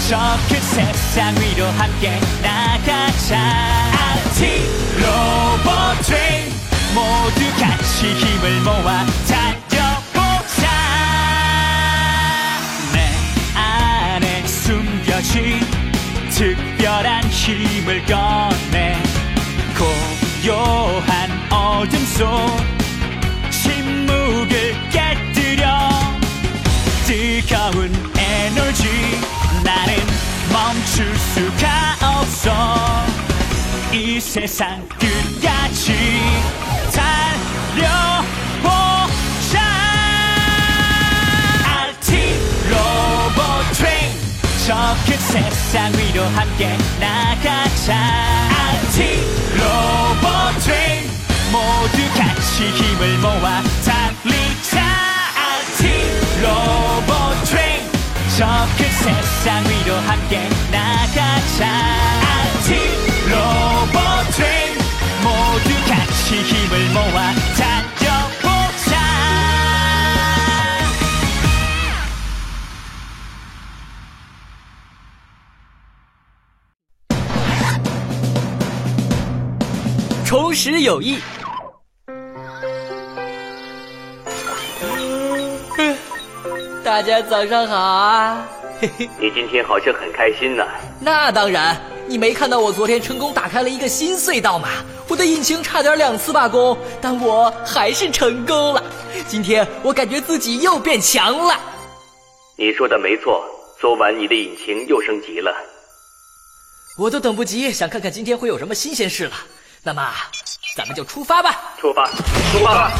저 큰 세상 위로 함께 나가자. RT 로봇트레인 모두 같이 힘을 모아 달려보자. 내 안에 숨겨진 특별한 힘을 꺼내 고요한 어둠 속 침묵을 깨뜨려 뜨거운 에너지 나는 멈출 수가 없어. 이 세상 끝까지 달려보자. RT 로봇트레인 저 큰 세상 위로 함께 나가자. RT 로봇트레인 모두 같이 힘을 모아 달리자. RT 로봇트레인 저 큰 세상 위로 함께 나가자. RT 로봇트레인 모두 같이 힘을 모아 달려보자.重拾友谊。大家早上好啊！ 你今天好像很开心呢。 那当然，你没看到我昨天成功打开了一个新隧道吗？我的引擎差点2次罢工，但我还是成功了。今天我感觉自己又变强了。 你说的没错，昨晚你的引擎又升级了。 我都等不及想看看今天会有什么新鲜事了。那么，咱们就出发吧！ 出发，出发吧！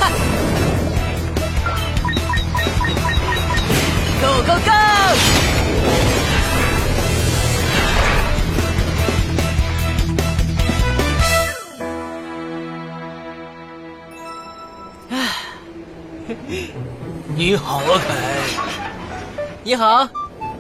Go go go！ 你好啊，凯。 你好。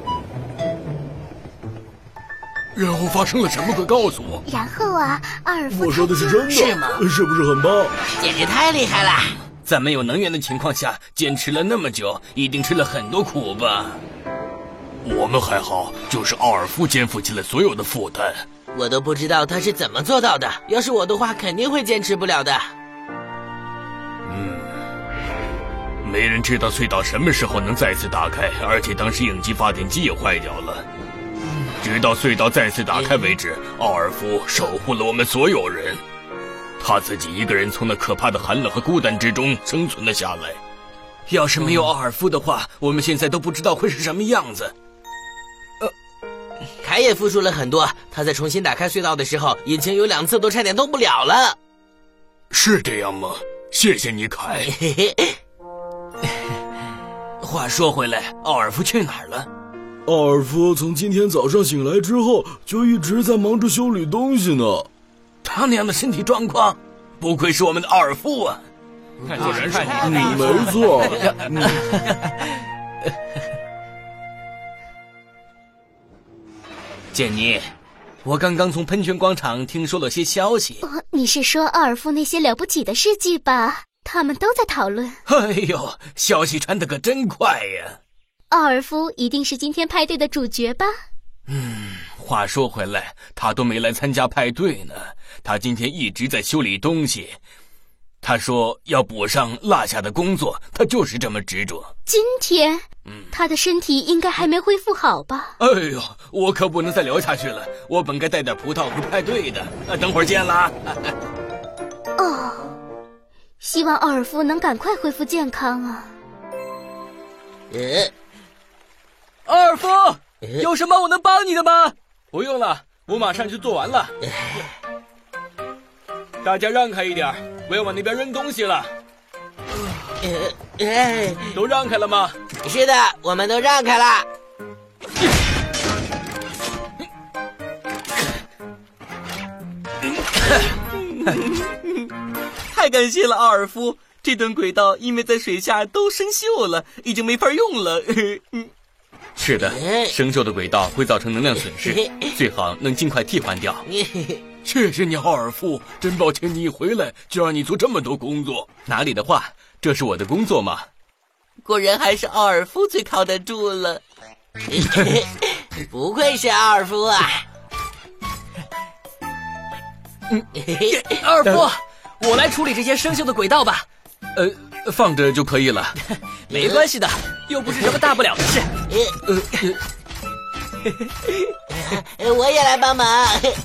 然后发生了什么？快告诉我。 然后啊，奥尔夫， 我说的是真的， 是吗？ 是不是很棒？ 简直太厉害了！ 在没有能源的情况下坚持了那么久，一定吃了很多苦吧？我们还好，就是奥尔夫肩负起了所有的负担。 我都不知道他是怎么做到的。要是我的话，肯定会坚持不了的。 没人知道隧道什么时候能再次打开，而且当时应急发电机也坏掉了。直到隧道再次打开为止，奥尔夫守护了我们所有人。他自己一个人从那可怕的寒冷和孤单之中生存了下来。要是没有奥尔夫的话，我们现在都不知道会是什么样子。 凯也付出了很多，他在重新打开隧道的时候，引擎有2次都差点动不了了。 是这样吗？谢谢你，凯。话说回来，奥尔夫去哪儿了？ 奥尔夫从今天早上醒来之后，就一直在忙着修理东西呢。 他那样的身体状况，不愧是我们的奥尔夫啊！果然是你， 没错。 简妮，我刚刚从喷泉广场听说了些消息。 你是说奥尔夫那些了不起的事迹吧？他们都在讨论。 哎呦，消息传得可真快呀！ 奥尔夫一定是今天派对的主角吧？ 话说回来，他都没来参加派对呢。他今天一直在修理东西。他说要补上落下的工作，他就是这么执着。 今天，他的身体应该还没恢复好吧？ 哎呦，我可不能再聊下去了。我本该带点葡萄回派对的。等会儿见啦。 哦，希望奥尔夫能赶快恢复健康啊。 奥尔夫，有什么我能帮你的吗？不用了，我马上就做完了。大家让开一点，我要往那边扔东西了。都让开了吗？ 是的，我们都让开了。 太感谢了，奥尔夫。这段轨道因为在水下都生锈了，已经没法用了。 是的，生锈的轨道会造成能量损失，最好能尽快替换掉。谢谢你，奥尔夫，真抱歉你一回来就让你做这么多工作。哪里的话，这是我的工作嘛。 果然还是奥尔夫最靠得住了。 不愧是奥尔夫啊！ 奥尔夫，我来处理这些生锈的轨道吧。 放着就可以了。 没关系的，又不是什么大不了的事。 我也来帮忙。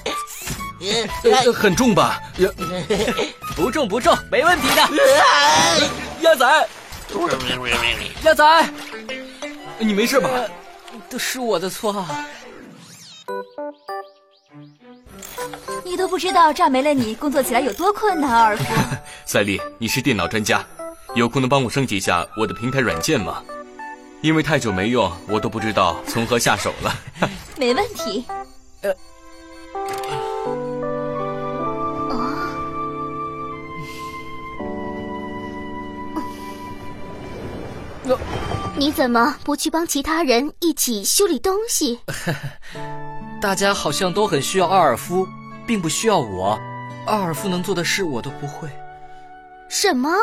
很重吧？ 不重，没问题的。鸭仔，鸭仔， 你没事吧？ 都是我的错啊。 你都不知道这儿没了你，工作起来有多困难，奥尔夫。 赛莉，你是电脑专家，有空能帮我升级一下我的平台软件吗？因为太久没用，我都不知道从何下手了。 没问题。 你怎么不去帮其他人一起修理东西？ 大家好像都很需要奥尔夫，并不需要我。奥尔夫能做的事我都不会。 什么？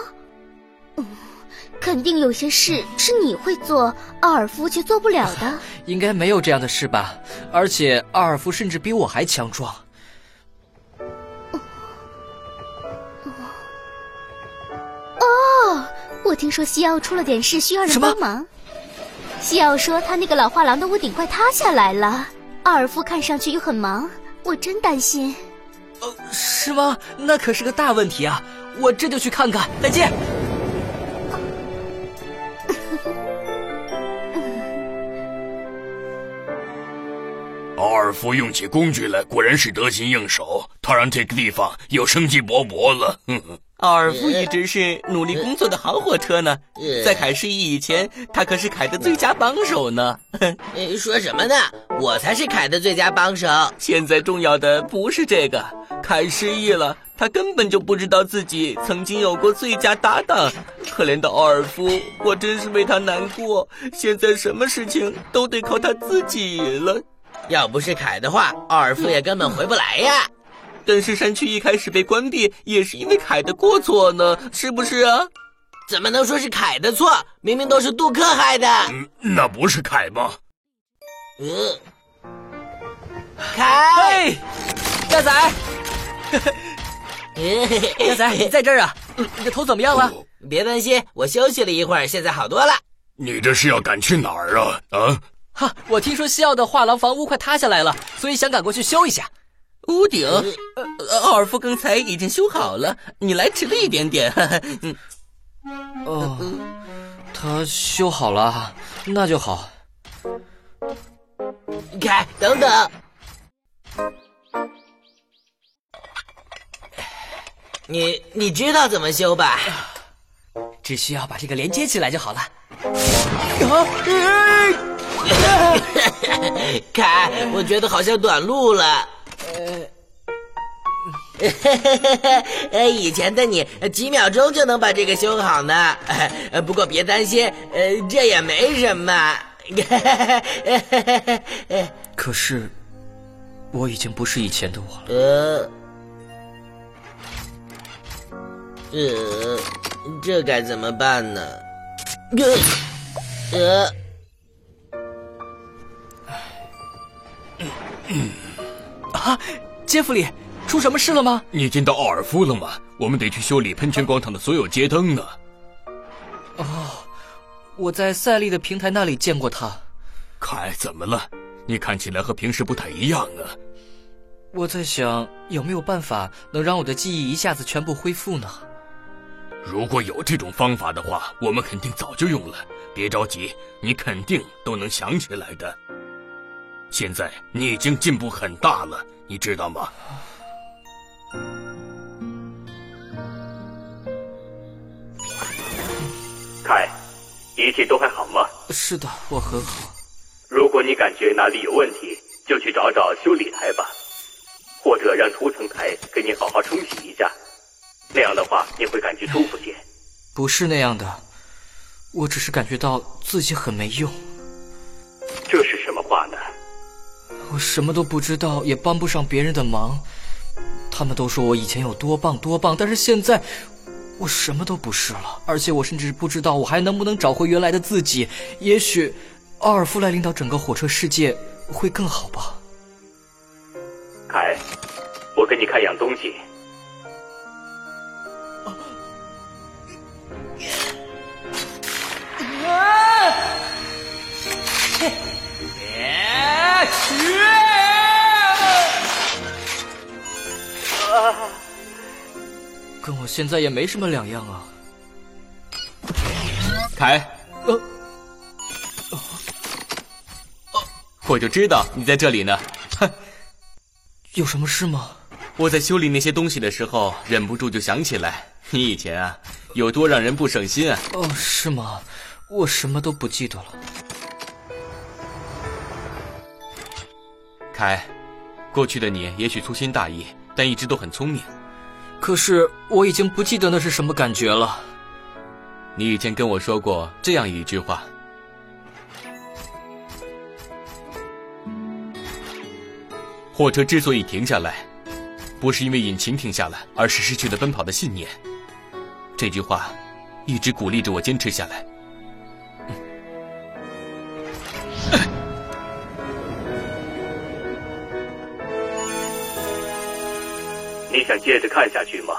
肯定有些事是你会做，奥尔夫却做不了的。 应该没有这样的事吧？而且奥尔夫甚至比我还强壮。 哦，我听说西奥出了点事，需要人帮忙。西奥说他那个老画廊的屋顶快塌下来了，奥尔夫看上去又很忙，我真担心。 是吗？那可是个大问题啊！我这就去看看。再见。 奥尔夫用起工具来果然是得心应手，他让这个地方又生机勃勃了。 奥尔夫一直是努力工作的好火车呢，在凯失忆以前，他可是凯的最佳帮手呢。说什么呢？我才是凯的最佳帮手。现在重要的不是这个，凯失忆了，他根本就不知道自己曾经有过最佳搭档。可怜的奥尔夫，我真是为他难过。现在什么事情都得靠他自己了。要不是凯的话，奥尔夫也根本回不来呀。但是山区一开始被关闭，也是因为凯的过错呢，是不是啊？怎么能说是凯的错？明明都是杜克害的。 那不是凯吗？ 凯， 嘿，鸭仔，鸭仔，你在这儿啊？你的头怎么样了？ 别担心，我休息了一会儿，现在好多了。 你这是要赶去哪儿啊？ 哈，我听说西奥的画廊房屋快塌下来了，所以想赶过去修一下。 屋顶，奥尔夫刚才已经修好了，你来迟了一点点。 哦，他修好了，那就好。 凯，等等，你知道怎么修吧？ 只需要把这个连接起来就好了。 凯，我觉得好像短路了。以前的你几秒钟就能把这个修好呢。不过别担心，这也没什么。 可是我已经不是以前的我了。 这该怎么办呢？ 啊，杰弗里，出什么事了吗？ 你见到奥尔夫了吗？我们得去修理喷泉广场的所有街灯呢。 哦，我在赛利的平台那里见过他。 凯，怎么了？你看起来和平时不太一样啊。 我在想，有没有办法能让我的记忆一下子全部恢复呢？ 如果有这种方法的话，我们肯定早就用了。别着急，你肯定都能想起来的。现在你已经进步很大了，你知道吗？ 凯，一切都还好吗？ 是的，我很好。 如果你感觉哪里有问题，就去找找修理台吧，或者让涂层台给你好好冲洗一下，那样的话你会感觉舒服些。 不是那样的，我只是感觉到自己很没用。 这是什么话呢？ 我什么都不知道，也帮不上别人的忙。他们都说我以前有多棒多棒，但是现在我什么都不是了，而且我甚至不知道我还能不能找回原来的自己。也许奥尔夫来领导整个火车世界， 会更好吧。 凯，我给你看样东西。 跟我现在也没什么两样啊。 凯，我就知道你在这里呢。哼， 有什么事吗？ 我在修理那些东西的时候，忍不住就想起来，你以前啊，有多让人不省心啊。 哦，是吗？我什么都不记得了。 凯，过去的你也许粗心大意，但一直都很聪明。 可是我已经不记得那是什么感觉了。 你以前跟我说过这样一句话：货车之所以停下来，不是因为引擎停下了，而是失去了奔跑的信念。这句话一直鼓励着我坚持下来。 你想接着看下去吗？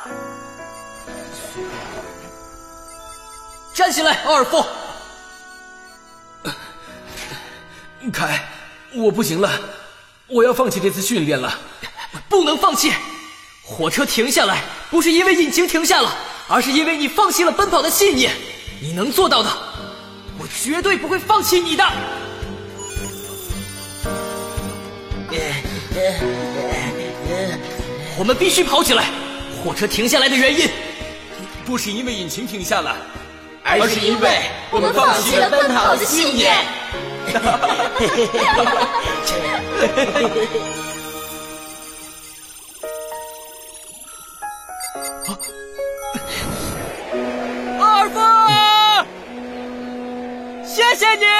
站起来，奥尔夫！ 凯，我不行了，我要放弃这次训练了。 不能放弃！火车停下来，不是因为引擎停下了，而是因为你放弃了奔跑的信念。你能做到的，我绝对不会放弃你的。我们必须跑起来！火车停下来的原因， 不是因为引擎停下了， 而是因为我们放弃了奔跑的信念。 奥尔夫，谢谢你。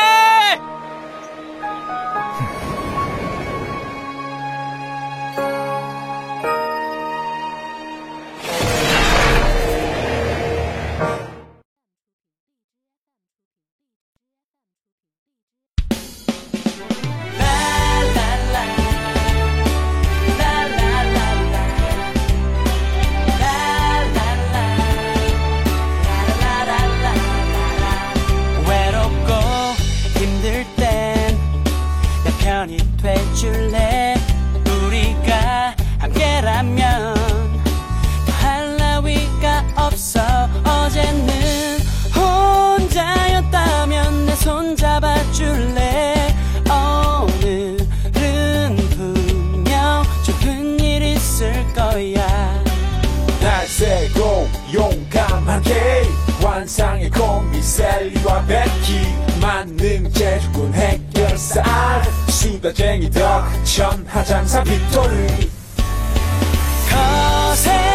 환상의 콤비 셀리와 베키 만능 재주꾼 해결사 수다쟁이 덕 천하장사 빅토르 거세